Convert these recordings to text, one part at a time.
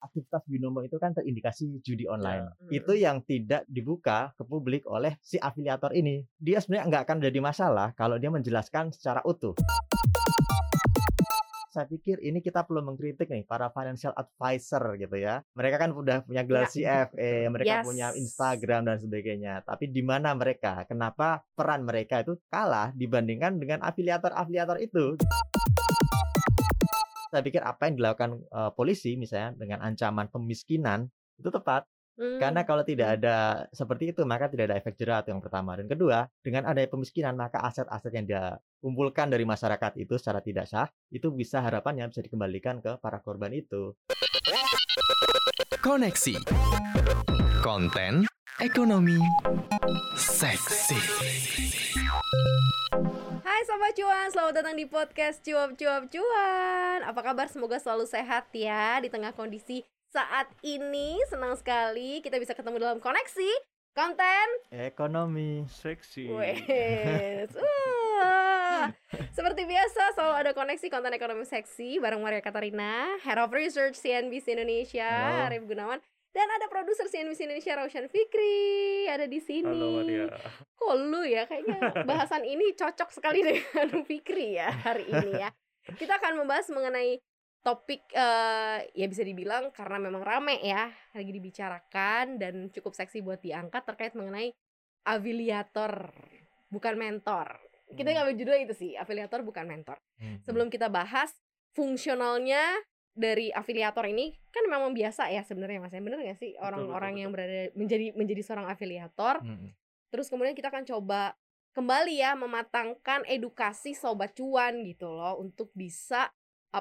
aktivitas binomo itu kan terindikasi judi online. Ya. Itu yang tidak dibuka ke publik oleh si afiliator ini. Dia sebenarnya nggak akan jadi masalah kalau dia menjelaskan secara utuh. Saya pikir ini kita perlu mengkritik nih para financial advisor gitu ya. Mereka kan udah punya gelar CFA, mereka punya Instagram dan sebagainya. Tapi di mana mereka? Kenapa peran mereka itu kalah dibandingkan dengan afiliator-afiliator itu? Saya pikir apa yang dilakukan polisi misalnya dengan ancaman pemiskinan itu tepat. Karena kalau tidak ada seperti itu, maka tidak ada efek jerat yang pertama. Dan kedua, dengan adanya pemiskinan, maka aset-aset yang dia kumpulkan dari masyarakat itu secara tidak sah, itu bisa harapannya bisa dikembalikan ke para korban itu. Koneksi konten ekonomi seksi. Hai Sobat Cuan, selamat datang di podcast Cuap Cuan. Apa kabar? Semoga selalu sehat ya di tengah kondisi saat ini. Senang sekali kita bisa ketemu dalam koneksi konten ekonomi seksi. Seperti biasa selalu ada koneksi konten ekonomi seksi bareng Maria Katarina, Head of Research CNBC Indonesia, Arif Gunawan, dan ada produser CNBC Indonesia Raushan Fikri ada di sini. Halo Maria. Kok lu ya, kayaknya bahasan ini cocok sekali dengan Fikri ya hari ini ya. Kita akan membahas mengenai topik ya bisa dibilang karena memang rame ya lagi dibicarakan dan cukup seksi buat diangkat terkait mengenai afiliator bukan mentor. Kita ngambil judul itu sih, afiliator bukan mentor. Sebelum kita bahas fungsionalnya dari afiliator ini, kan memang biasa ya sebenarnya Mas. Bener nggak sih orang-orang yang berada menjadi seorang afiliator? Terus kemudian kita akan coba kembali ya mematangkan edukasi sobat cuan gitu loh untuk bisa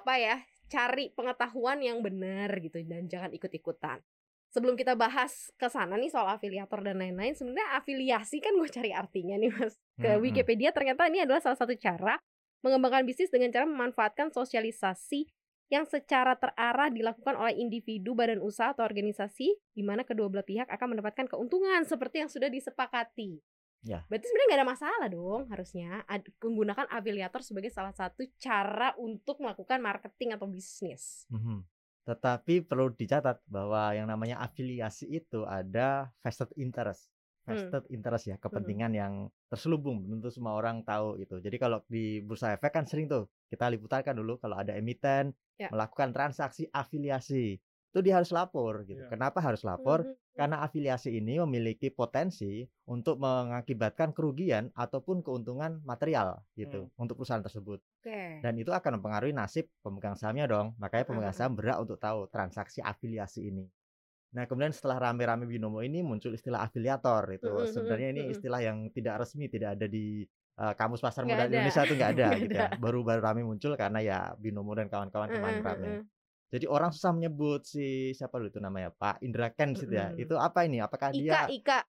cari pengetahuan yang benar gitu dan jangan ikut-ikutan. Sebelum kita bahas ke sana nih soal afiliator dan lain-lain, sebenarnya afiliasi kan gue cari artinya nih Mas. Ke Wikipedia ternyata ini adalah salah satu cara mengembangkan bisnis dengan cara memanfaatkan sosialisasi yang secara terarah dilakukan oleh individu, badan usaha atau organisasi di mana kedua belah pihak akan mendapatkan keuntungan seperti yang sudah disepakati. Ya. Berarti sebenarnya nggak ada masalah dong harusnya menggunakan afiliator sebagai salah satu cara untuk melakukan marketing atau bisnis. Tetapi perlu dicatat bahwa yang namanya afiliasi itu ada vested interest. Vested interest ya, kepentingan yang terselubung, tentu semua orang tahu itu. Jadi kalau di Bursa Efek kan sering tuh kita liputarkan dulu kalau ada emiten melakukan transaksi afiliasi. Itu dia harus lapor gitu. Kenapa harus lapor? Karena afiliasi ini memiliki potensi untuk mengakibatkan kerugian ataupun keuntungan material gitu untuk perusahaan tersebut. Dan itu akan mempengaruhi nasib pemegang sahamnya dong. Makanya pemegang saham berhak untuk tahu transaksi afiliasi ini. Nah, kemudian setelah rame-rame binomo ini muncul istilah afiliator itu. Sebenarnya ini istilah yang tidak resmi, tidak ada di Kamus Pasar Modal Indonesia itu nggak ada gitu ya. Baru-baru rame muncul karena ya binomo dan kawan-kawan kemarin rame. Jadi orang susah menyebut si siapa dulu itu namanya Pak Indra Kents itu ya. Itu apa ini? Apakah dia Ika.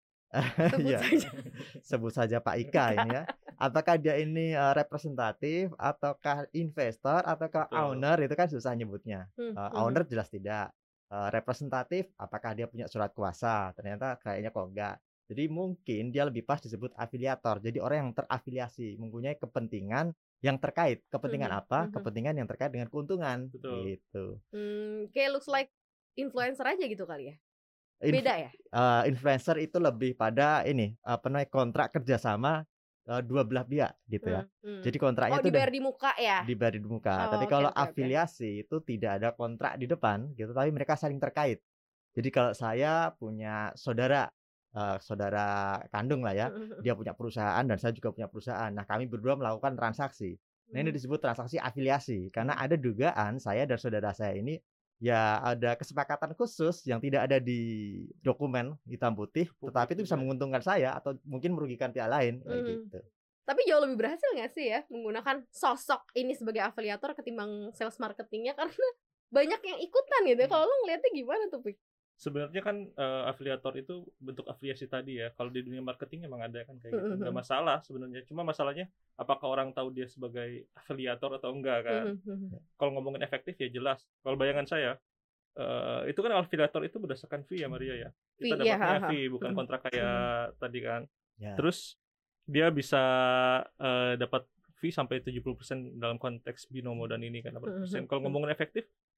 Sebut saja Pak Ika ini ya. Apakah dia ini representatif ataukah investor ataukah owner, itu kan susah nyebutnya. Owner jelas tidak. Representatif apakah dia punya surat kuasa? Ternyata kayaknya kok enggak. Jadi mungkin dia lebih pas disebut afiliator. Jadi orang yang terafiliasi, mempunyai kepentingan yang terkait. Kepentingan apa? Kepentingan yang terkait dengan keuntungan. Gitu. Kayak looks like influencer aja gitu kali ya? Beda ya? Influencer itu lebih pada ini, kontrak kerjasama dua belah pihak gitu ya. Jadi kontraknya itu dibayar di muka ya? Dibayar di muka. Tapi kalau afiliasi itu tidak ada kontrak di depan gitu, tapi mereka saling terkait. Jadi kalau saya punya saudara kandung lah ya, dia punya perusahaan dan saya juga punya perusahaan. Nah, kami berdua melakukan transaksi. Nah, ini disebut transaksi afiliasi karena ada dugaan saya dan saudara saya ini ya ada kesepakatan khusus yang tidak ada di dokumen hitam putih, tetapi itu bisa menguntungkan saya atau mungkin merugikan pihak lain gitu. Tapi jauh lebih berhasil nggak sih ya menggunakan sosok ini sebagai afiliator ketimbang sales marketingnya karena banyak yang ikutan gitu. Kalau lo ngeliatnya gimana tuh, Pik? Sebenarnya kan afiliator itu bentuk afiliasi tadi ya. Kalau di dunia marketing emang ada kan kayak gitu. Nggak masalah sebenarnya. Cuma masalahnya apakah orang tahu dia sebagai afiliator atau enggak kan. Kalau ngomongin efektif ya jelas. Kalau bayangan saya itu kan afiliator itu berdasarkan fee ya Maria ya. Kita dapatnya fee bukan kontrak kayak tadi kan. Terus dia bisa dapat fee sampai 70% dalam konteks binomo dan ini kan 80%. Kalau ngomongin efektif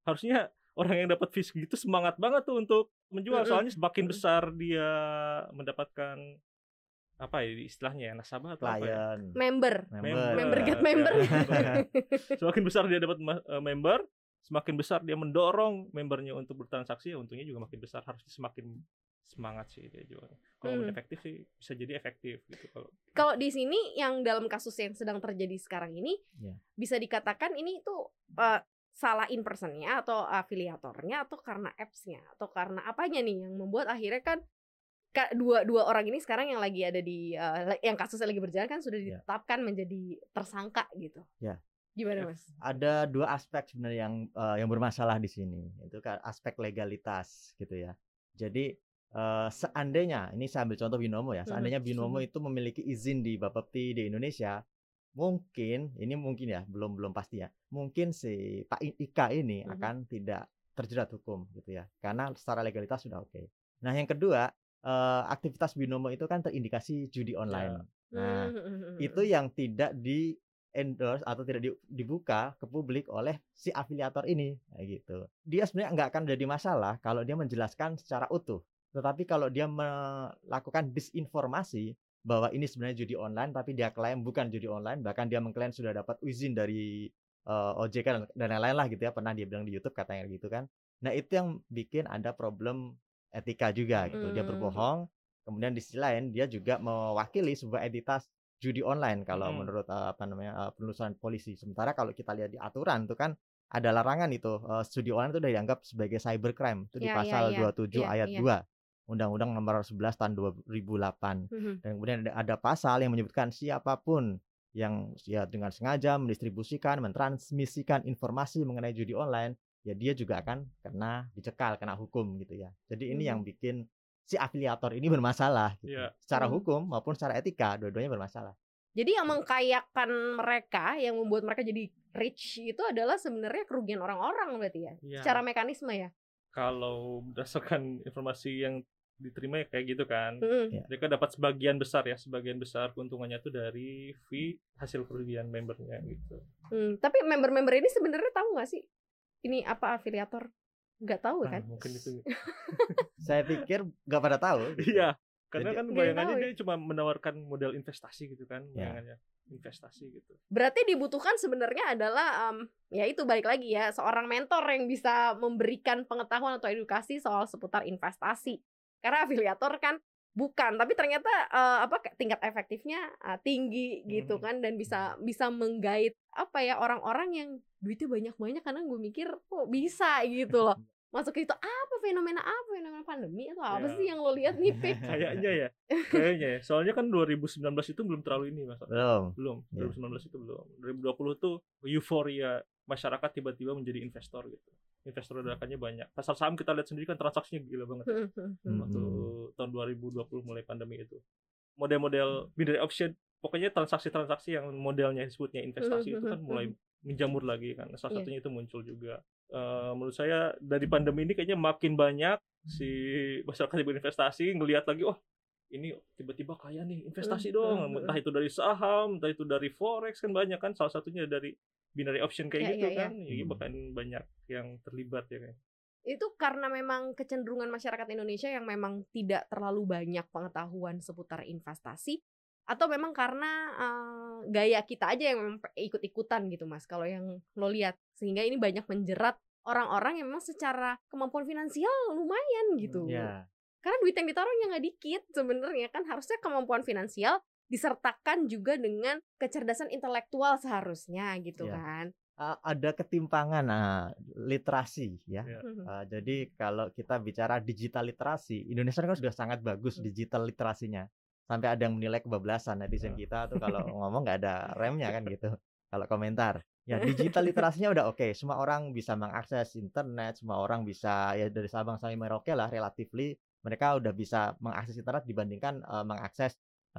harusnya orang yang dapat fee segitu semangat banget tuh untuk menjual, soalnya semakin besar dia mendapatkan apa ya istilahnya ya, nasabah atau apa ya? Klien, Member get Ya, member. Semakin besar dia dapat member, semakin besar dia mendorong membernya untuk bertransaksi, ya untungnya juga makin besar. Harusnya semakin semangat sih dia jual. Kalau efektif sih bisa jadi efektif gitu. Kalau di sini yang dalam kasus yang sedang terjadi sekarang ini, bisa dikatakan ini tuh salah in personnya atau afiliatornya atau karena apps-nya atau karena apanya nih yang membuat akhirnya kan dua orang ini sekarang yang lagi ada di yang kasusnya lagi berjalan kan sudah ditetapkan menjadi tersangka gitu. Ya. Gimana Mas? Ada dua aspek sebenarnya yang bermasalah di sini. Itu kan aspek legalitas gitu ya. Jadi seandainya ini saya ambil contoh Binomo ya. Seandainya Binomo itu memiliki izin di Bapepti di Indonesia, mungkin ya, belum pasti ya. Mungkin si Pak Ika ini akan tidak terjerat hukum gitu ya. Karena secara legalitas sudah oke. Nah, yang kedua, aktivitas Binomo itu kan terindikasi judi online. Nah, itu yang tidak di endorse atau tidak dibuka ke publik oleh si afiliator ini kayak gitu. Dia sebenarnya nggak akan jadi masalah kalau dia menjelaskan secara utuh. Tetapi kalau dia melakukan disinformasi bahwa ini sebenarnya judi online tapi dia klaim bukan judi online, bahkan dia mengklaim sudah dapat izin dari OJK dan lain-lain lah gitu ya, pernah dia bilang di YouTube katanya gitu kan. Nah, itu yang bikin ada problem etika juga gitu. Dia berbohong, kemudian di sisi lain dia juga mewakili sebuah entitas judi online kalau menurut penelusuran polisi. Sementara kalau kita lihat di aturan itu kan ada larangan itu judi online itu udah dianggap sebagai cybercrime. Itu di pasal 27 ayat 2 Undang-Undang Nomor 11 tahun 2008. Dan kemudian ada pasal yang menyebutkan siapapun yang dengan sengaja mendistribusikan, mentransmisikan informasi mengenai judi online, ya dia juga akan dicekal, kena hukum gitu ya. Jadi ini yang bikin si afiliator ini bermasalah gitu. Secara hukum maupun secara etika dua-duanya bermasalah. Jadi yang mengkayakan mereka, yang membuat mereka jadi rich itu adalah sebenarnya kerugian orang-orang berarti ya. Secara mekanisme ya. Kalau berdasarkan informasi yang diterima ya kayak gitu kan. Mereka dapat sebagian besar keuntungannya tuh dari fee hasil kerugian membernya gitu. Tapi member-member ini sebenarnya tahu nggak sih ini apa afiliator? Nggak tahu kan? Mungkin itu. Saya pikir nggak pada tahu. Iya, karena kan bayangannya dia cuma menawarkan modal investasi gitu kan, bayangannya investasi gitu. Berarti dibutuhkan sebenarnya adalah ya itu balik lagi ya, seorang mentor yang bisa memberikan pengetahuan atau edukasi soal seputar investasi. Karena afiliator kan bukan, tapi ternyata tingkat efektifnya tinggi gitu kan, dan bisa menggait orang-orang yang duitnya banyak-banyak, karena gue mikir kok bisa gitu loh masuk ke itu. Fenomena pandemi atau apa sih yang lo lihat nih, Pik? Kayaknya ya. Soalnya kan 2019 itu belum terlalu ini, Mas. Belum. 2019 itu belum. 2020 tuh euforia masyarakat tiba-tiba menjadi investor gitu. Investor dadakannya banyak. Pasar saham kita lihat sendiri kan transaksinya gila banget. Waktu tahun 2020 mulai pandemi itu. Model-model binary option, pokoknya transaksi-transaksi yang modelnya disebutnya investasi itu kan mulai menjamur lagi kan. Salah satunya itu muncul juga. Menurut saya dari pandemi ini kayaknya makin banyak si masyarakat yang berinvestasi ngelihat lagi, ini tiba-tiba kaya nih, investasi dong. Entah itu dari saham, entah itu dari forex, kan banyak kan, salah satunya dari binary option kayak gitu kan. Jadi bahkan banyak yang terlibat ya kan. Itu karena memang kecenderungan masyarakat Indonesia yang memang tidak terlalu banyak pengetahuan seputar investasi, atau memang karena gaya kita aja yang ikut-ikutan gitu Mas, kalau yang lo lihat, sehingga ini banyak menjerat orang-orang yang memang secara kemampuan finansial lumayan gitu. Karena duit yang ditaruhnya nggak dikit sebenarnya kan. Harusnya kemampuan finansial disertakan juga dengan kecerdasan intelektual seharusnya gitu kan. Ada ketimpangan literasi ya. Jadi kalau kita bicara digital literasi, Indonesia kan sudah sangat bagus digital literasinya. Sampai ada yang menilai kebablasan netizen kita tuh kalau ngomong nggak ada remnya kan gitu. Kalau komentar, ya digital literasinya udah oke. Semua orang bisa mengakses internet, semua orang bisa ya dari Sabang sampai Merauke lah relatively mereka udah bisa mengakses internet dibandingkan mengakses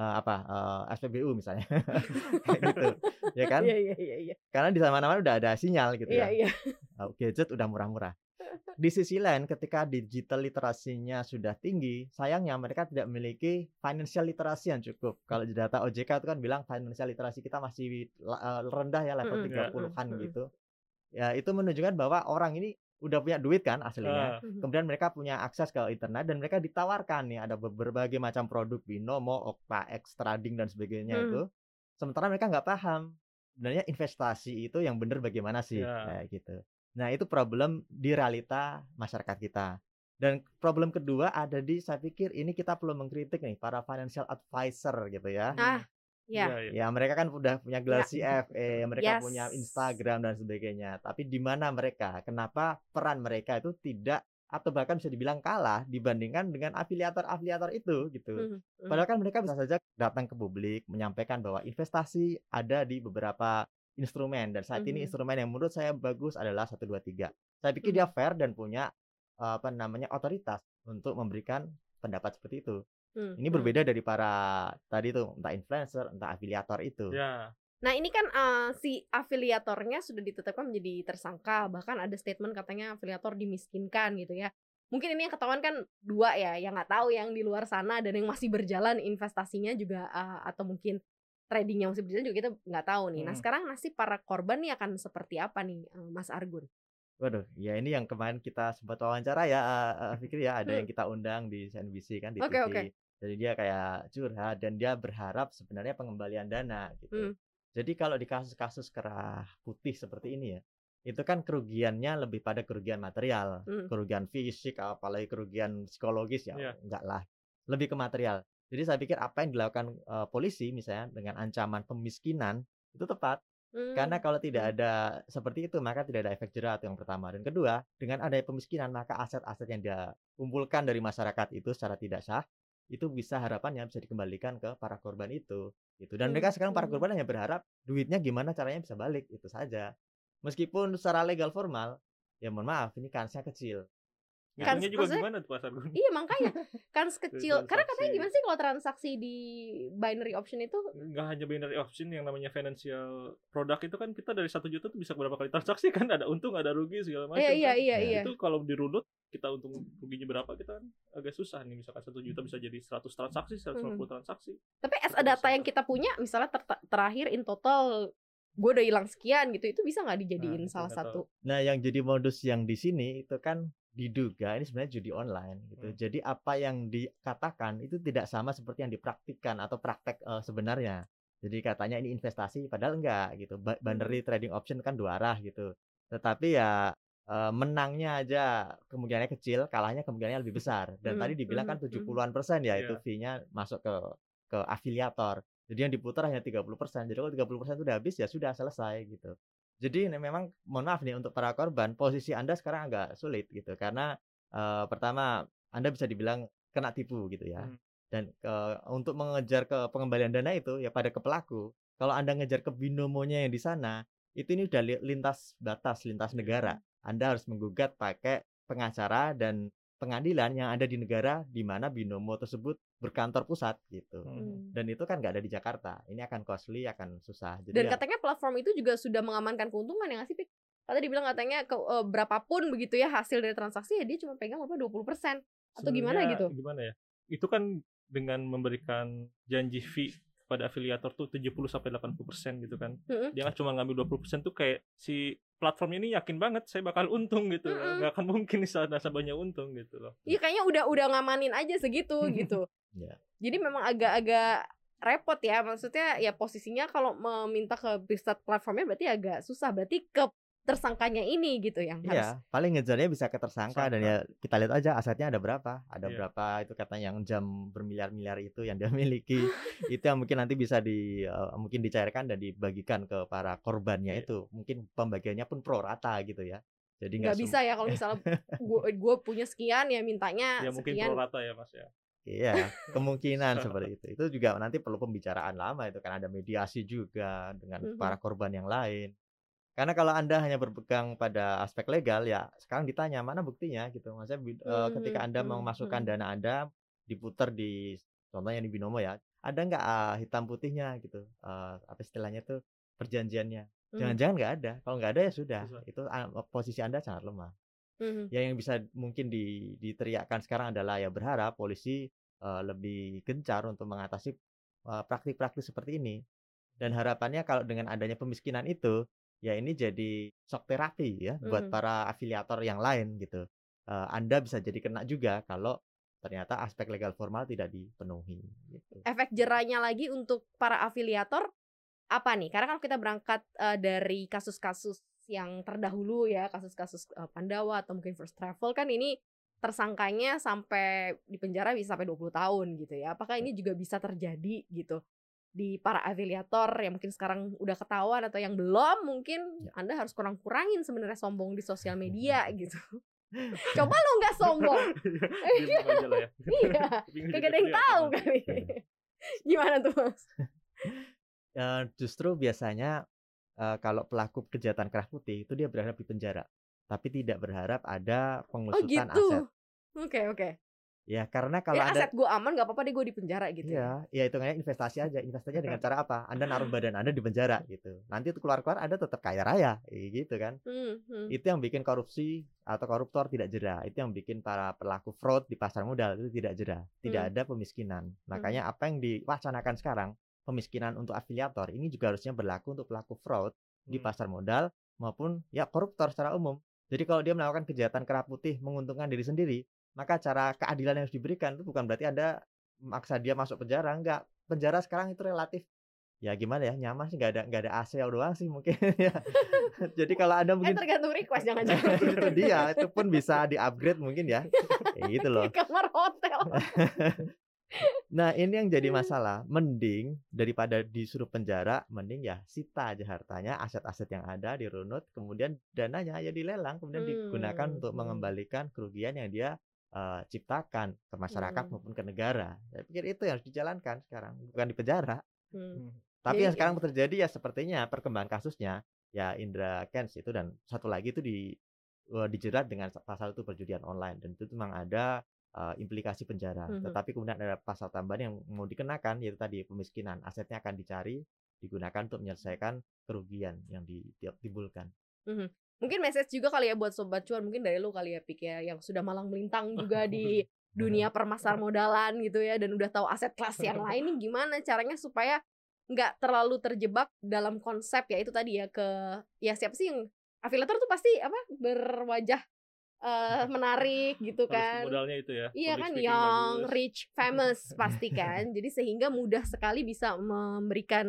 SPBU misalnya. Kayak gitu. Ya kan? Iya. Karena di mana-mana udah ada sinyal gitu ya. Gadget udah murah-murah. Di sisi lain ketika digital literasinya sudah tinggi, sayangnya mereka tidak memiliki financial literasi yang cukup. Kalau di data OJK itu kan bilang financial literasi kita masih rendah ya, level 30-an gitu. Ya itu menunjukkan bahwa orang ini udah punya duit kan aslinya. Mhm. Kemudian mereka punya akses ke internet dan mereka ditawarkan nih ada berbagai macam produk binomo, OKX, trading dan sebagainya Mhm. itu. Sementara mereka nggak paham sebenarnya investasi itu yang benar bagaimana sih, Ya. kayak gitu. Nah, itu problem di realita masyarakat kita. Dan problem kedua ada di saya pikir ini kita perlu mengkritik nih para financial advisor gitu ya. Ah, Iya, ya. iya. Ya, mereka kan udah punya gelar Ya. CFA, mereka Yes. punya Instagram dan sebagainya. Tapi di mana mereka? Kenapa peran mereka itu tidak atau bahkan bisa dibilang kalah dibandingkan dengan afiliator-afiliator itu gitu. Mhm. Mhm. Padahal kan mereka bisa saja datang ke publik menyampaikan bahwa investasi ada di beberapa instrumen dan saat ini Mhm. instrumen yang menurut saya bagus adalah 1 2 3. Saya pikir dia Mhm. fair dan punya otoritas untuk memberikan pendapat seperti itu. Mhm. Ini berbeda dari para tadi tuh entah influencer, entah afiliator itu. Ya. Nah ini kan si afiliatornya sudah ditetapkan menjadi tersangka, bahkan ada statement katanya afiliator dimiskinkan gitu ya. Mungkin ini yang ketahuan kan 2 ya, yang nggak tahu yang di luar sana dan yang masih berjalan investasinya juga atau mungkin trading yang masih berjalan juga kita nggak tahu nih. Nah sekarang nasib para korban nih akan seperti apa nih, Mas Argun? Waduh, ya ini yang kemarin kita sempat wawancara ya, Fikri ya, ada yang kita undang di CNBC kan, di Oke, TV. oke. Jadi dia kayak curhat dan dia berharap sebenarnya pengembalian dana gitu. Jadi kalau di kasus-kasus kerah putih seperti ini ya, itu kan kerugiannya lebih pada kerugian material, kerugian fisik, apalagi kerugian psikologis ya, Iya. enggak lah. Lebih ke material. Jadi saya pikir apa yang dilakukan polisi misalnya dengan ancaman pemiskinan itu tepat. Karena kalau tidak ada seperti itu, maka tidak ada efek jerat yang pertama. Dan kedua, dengan adanya pemiskinan, maka aset-aset yang dia kumpulkan dari masyarakat itu secara tidak sah, itu bisa harapannya bisa dikembalikan ke para korban itu. Gitu. Dan mereka sekarang para korban hanya berharap duitnya gimana caranya bisa balik, itu saja. Meskipun secara legal formal, ya mohon maaf, ini kansnya kecil. Kan Ngitungnya juga maksudnya gimana tuh Mas Argun? iya makanya kans kecil. Karena katanya Transaksi. gimana sih kalau transaksi di binary option itu? Nggak hanya binary option, yang namanya financial product itu kan kita dari 1 juta tuh bisa berapa kali transaksi kan, ada untung, ada rugi segala macam Iya, kan. iya, iya. Itu kalau dirunut kita untung ruginya berapa kita kan agak susah nih, misalkan 1 juta bisa jadi 100 transaksi, 150 transaksi. Tapi as a data yang kita punya misalnya terakhir in total gue udah hilang sekian gitu, itu bisa nggak dijadiin salah satu? Nah, yang jadi modus yang di sini itu kan diduga ini sebenarnya judi online gitu. Jadi apa yang dikatakan itu tidak sama seperti yang dipraktikkan atau praktek sebenarnya. Jadi katanya ini investasi padahal enggak gitu. Binary trading option kan 2 arah gitu. Tetapi ya menangnya aja kemungkinannya kecil, kalahnya kemungkinannya lebih besar. Dan tadi dibilang kan 70-an% ya itu fee-nya masuk ke afiliator. Jadi yang diputar hanya 30%. Jadi kalau 30% itu udah habis ya sudah selesai gitu. Jadi ini memang mohon maaf nih untuk para korban, posisi Anda sekarang agak sulit gitu karena pertama Anda bisa dibilang kena tipu gitu ya. Dan untuk mengejar ke pengembalian dana itu ya pada ke pelaku. Kalau Anda ngejar ke binomonya yang di sana, itu ini udah lintas batas, lintas negara. Anda harus menggugat pakai pengacara dan pengadilan yang ada di negara di mana binomo tersebut berkantor pusat gitu. Dan itu kan nggak ada di Jakarta. Ini akan costly, akan susah. Jadi Dan ya, katanya platform itu juga sudah mengamankan keuntungan ya nggak sih, Pik? Katanya dibilang katanya berapapun begitu ya hasil dari transaksi ya dia cuma pegang berapa 20%. Atau gimana gitu? Gimana ya? Itu kan dengan memberikan janji fee kepada afiliator tuh 70-80% gitu kan. Dia kan cuma ngambil 20% tuh kayak si platformnya ini yakin banget saya bakal untung gitu. Nggak akan mungkin nasabahnya untung gitu loh. Iya kayaknya udah ngamanin aja segitu gitu. ya. Jadi memang agak repot ya, maksudnya ya posisinya kalau meminta ke riset platformnya berarti agak susah, berarti ke tersangkanya ini gitu yang harus. Iya, paling ngejarnya bisa ke tersangka dan ya kita lihat aja asetnya ada berapa. Ada berapa itu katanya yang jam bermiliar-miliar itu yang dia miliki. Itu yang mungkin nanti bisa mungkin dicairkan dan dibagikan ke para korbannya itu. Mungkin pembagiannya pun pro rata gitu ya. Jadi nggak bisa ya kalau misalnya gue punya sekian ya mintanya ya mungkin sekian. pro rata ya Mas ya. Iya, kemungkinan seperti itu. Itu juga nanti perlu pembicaraan lama itu kan ada mediasi juga dengan para korban yang lain. Karena kalau Anda hanya berpegang pada aspek legal ya sekarang ditanya mana buktinya gitu. Maksudnya ketika Anda memasukkan dana Anda diputar di contohnya di binomo ya, ada nggak hitam putihnya gitu. Apa istilahnya tuh perjanjiannya. Jangan-jangan nggak ada. Kalau nggak ada ya sudah. Itu posisi Anda sangat lemah. Ya yang bisa mungkin diteriakkan sekarang adalah ya berharap polisi lebih gencar untuk mengatasi praktik-praktik seperti ini. Dan harapannya kalau dengan adanya pemiskinan itu ya ini jadi shock terapi ya buat para afiliator yang lain gitu. Anda bisa jadi kena juga kalau ternyata aspek legal formal tidak dipenuhi gitu. Efek jerahnya lagi untuk para afiliator apa nih? Karena kalau kita berangkat dari kasus-kasus yang terdahulu ya, kasus-kasus Pandawa atau mungkin First Travel kan ini tersangkanya sampai di penjara bisa sampai 20 tahun gitu ya. Apakah ini juga bisa terjadi gitu di para afiliator yang mungkin sekarang udah ketahuan atau yang belum, mungkin Anda harus kurang-kurangin sebenarnya sombong di sosial media gitu. Coba lo nggak sombong. Diem aja lah ya. Iya, kagak ada yang tahu kali. Gimana tuh Mas? Justru biasanya kalau pelaku kejahatan kerah putih itu dia berharap di penjara, tapi tidak berharap ada pengusutan aset. Oke. Ya karena kalau aset gue aman, nggak apa-apa deh gue di penjara gitu. Iya, ya hitungannya investasi aja. Investasinya dengan cara apa? Anda naruh badan Anda di penjara gitu. Nanti itu keluar-keluar Anda tetap kaya raya, gitu kan? Itu yang bikin korupsi atau koruptor tidak jera. Itu yang bikin para pelaku fraud di pasar modal itu tidak jera. Tidak ada pemiskinan. Makanya apa yang diwacanakan sekarang, pemiskinan untuk afiliator ini juga harusnya berlaku untuk pelaku fraud di pasar modal maupun ya koruptor secara umum. Jadi kalau dia melakukan kejahatan kerah putih menguntungkan diri sendiri, maka cara keadilan yang harus diberikan itu bukan berarti Anda maksa dia masuk penjara, enggak. Penjara sekarang itu relatif ya gimana ya, nyaman sih, nggak ada AC doang sih mungkin ya. Jadi kalau Anda mungkin tergantung request jangan-jangan. itu dia, itu pun bisa di-upgrade mungkin ya. Kayak gitu loh. Kamar hotel. Nah, ini yang jadi masalah. Mending daripada disuruh penjara, mending ya sita aja hartanya, aset-aset yang ada dirunut, kemudian dananya ya dilelang, kemudian digunakan untuk mengembalikan kerugian yang dia ciptakan ke masyarakat maupun ke negara. Saya pikir itu yang harus dijalankan sekarang, bukan di penjara. Tapi yang sekarang terjadi ya sepertinya perkembangan kasusnya ya Indra Kents itu dan satu lagi itu dijerat dengan pasal itu perjudian online, dan itu memang ada implikasi penjara. Tetapi kemudian ada pasal tambahan yang mau dikenakan, yaitu tadi pemiskinan. Asetnya akan dicari, digunakan untuk menyelesaikan kerugian yang ditimbulkan. Mungkin message juga kali ya buat Sobat Cuan, mungkin dari lu kali ya Pik ya, yang sudah malang melintang juga di dunia permasar modalan gitu ya, dan udah tahu aset kelas yang lain nih, gimana caranya supaya nggak terlalu terjebak dalam konsep ya itu tadi ya, ya siapa sih yang afiliator tuh pasti berwajah menarik gitu kan, modalnya itu ya, iya kan, yang rich, famous pasti kan. Jadi sehingga mudah sekali bisa memberikan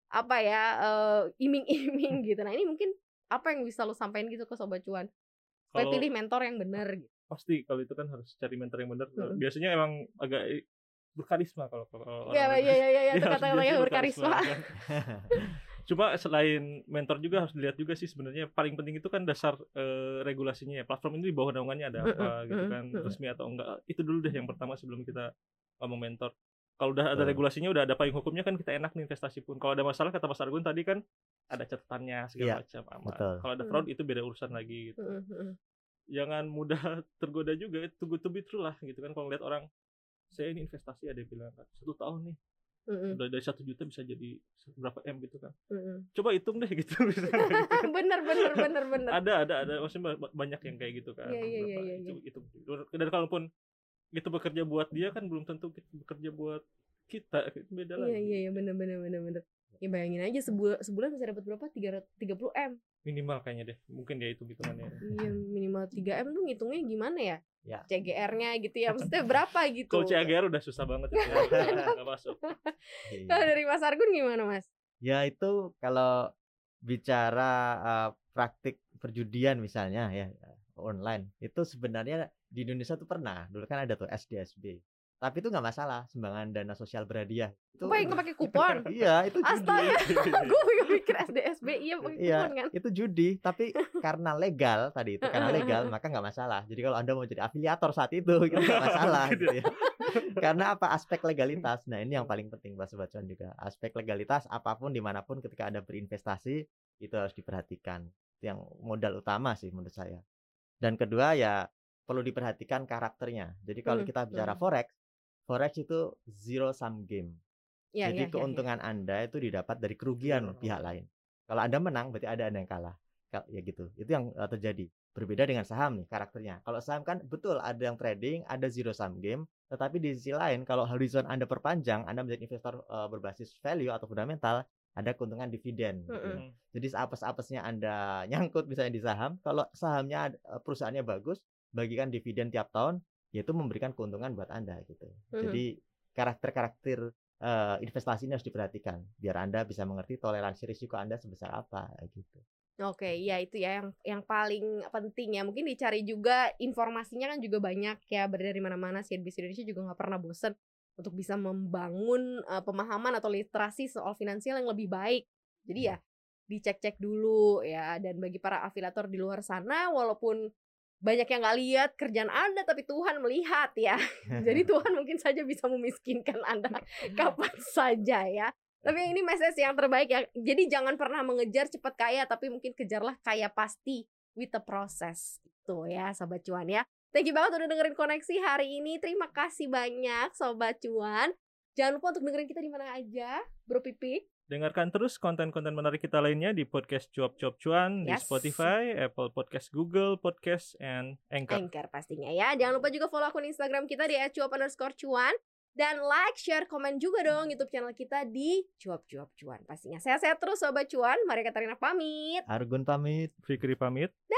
iming-iming gitu. Nah ini mungkin apa yang bisa lo sampaikan gitu ke Sobat Cuan supaya pilih mentor yang benar gitu. Pasti kalau itu kan harus cari mentor yang benar. Biasanya emang agak berkarisma kalau orang. Iya, itu kata-katanya berkarisma. Cuma selain mentor juga harus dilihat juga sih sebenarnya paling penting itu kan dasar regulasinya ya. Platform ini di bawah naungannya ada apa gitu kan, resmi atau enggak. Itu dulu deh yang pertama sebelum kita ngomong mentor. Kalau udah ada regulasinya, udah ada payung hukumnya kan kita enak nih investasi pun. Kalau ada masalah kata Mas Argun tadi kan ada catatannya segala macam aman. Kalau ada fraud itu beda urusan lagi gitu. Jangan mudah tergoda juga, too good to be true lah gitu kan. Kalau lihat orang, saya ini investasi ada yang bilang 1 tahun nih. Udah dari 1 juta bisa jadi berapa M gitu kan. Coba hitung deh gitu. Bener. Ada maksudnya banyak yang kayak gitu kan. Itu. Dan kalaupun itu bekerja buat dia kan belum tentu bekerja buat kita, beda lagi. Iya, bener. Ya bayangin aja sebulan bisa dapat berapa? 330 M minimal kayaknya deh. Mungkin dia itu hitungannya. Iya, minimal 3 M tuh ngitungnya gimana ya? Ya. CGR-nya gitu ya, maksudnya berapa gitu. Kalau CGR udah susah banget itu ya. Nggak masuk. Kalau dari Mas Argun gimana Mas? Ya itu kalau bicara praktik perjudian misalnya ya online, itu sebenarnya di Indonesia tuh pernah, dulu kan ada tuh SDSB. Tapi itu nggak masalah, sumbangan dana sosial berhadiah. Itu yang pakai kupon. Iya, itu judi. Astaga, gue pikir SDSB pakai kupon kan. Itu judi, tapi karena legal tadi itu, karena legal maka nggak masalah. Jadi kalau Anda mau jadi afiliator saat itu nggak masalah gitu ya. Karena apa? Aspek legalitas. Nah, ini yang paling penting Pak Sobat Cuan juga. Aspek legalitas apapun dimanapun ketika Anda berinvestasi itu harus diperhatikan. Itu yang modal utama sih menurut saya. Dan kedua ya perlu diperhatikan karakternya. Jadi kalau kita bicara Forex itu zero sum game. Jadi keuntungan Anda itu didapat dari kerugian pihak lain. Kalau Anda menang berarti ada yang kalah. Ya gitu. Itu yang terjadi. Berbeda dengan saham nih karakternya. Kalau saham kan betul ada yang trading, ada zero sum game. Tetapi di sisi lain kalau horizon Anda perpanjang, Anda menjadi investor berbasis value atau fundamental, ada keuntungan dividen gitu. Mm-mm. Jadi seapes-apesnya Anda nyangkut misalnya di saham, kalau sahamnya perusahaannya bagus, bagikan dividen tiap tahun, yaitu memberikan keuntungan buat Anda gitu. Jadi karakter-karakter investasi ini harus diperhatikan biar Anda bisa mengerti toleransi risiko Anda sebesar apa gitu. Oke, ya itu ya yang paling penting ya. Mungkin dicari juga informasinya kan juga banyak ya, dari mana-mana. CNBC Indonesia juga nggak pernah bosan untuk bisa membangun pemahaman atau literasi soal finansial yang lebih baik. Jadi ya dicek-cek dulu ya. Dan bagi para afiliator di luar sana, walaupun banyak yang nggak lihat kerjaan Anda, tapi Tuhan melihat ya. Jadi Tuhan mungkin saja bisa memiskinkan Anda kapan saja ya. Tapi ini message yang terbaik ya. Jadi jangan pernah mengejar cepat kaya, tapi mungkin kejarlah kaya pasti with the process. Itu ya Sobat Cuan ya. Thank you banget udah dengerin Koneksi hari ini. Terima kasih banyak Sobat Cuan. Jangan lupa untuk dengerin kita di mana aja, Bro Pipik. Dengarkan terus konten-konten menarik kita lainnya di podcast Cuap-Cuap Cuan, di Spotify, Apple Podcast, Google Podcast, and Anchor. Anchor pastinya ya. Jangan lupa juga follow akun Instagram kita di @cuap_cuan. Dan like, share, komen juga dong YouTube channel kita di Cuap-Cuap Cuan. Pastinya sehat-sehat terus Sobat Cuan. Maria Katarina pamit. Argun pamit. Fikri pamit.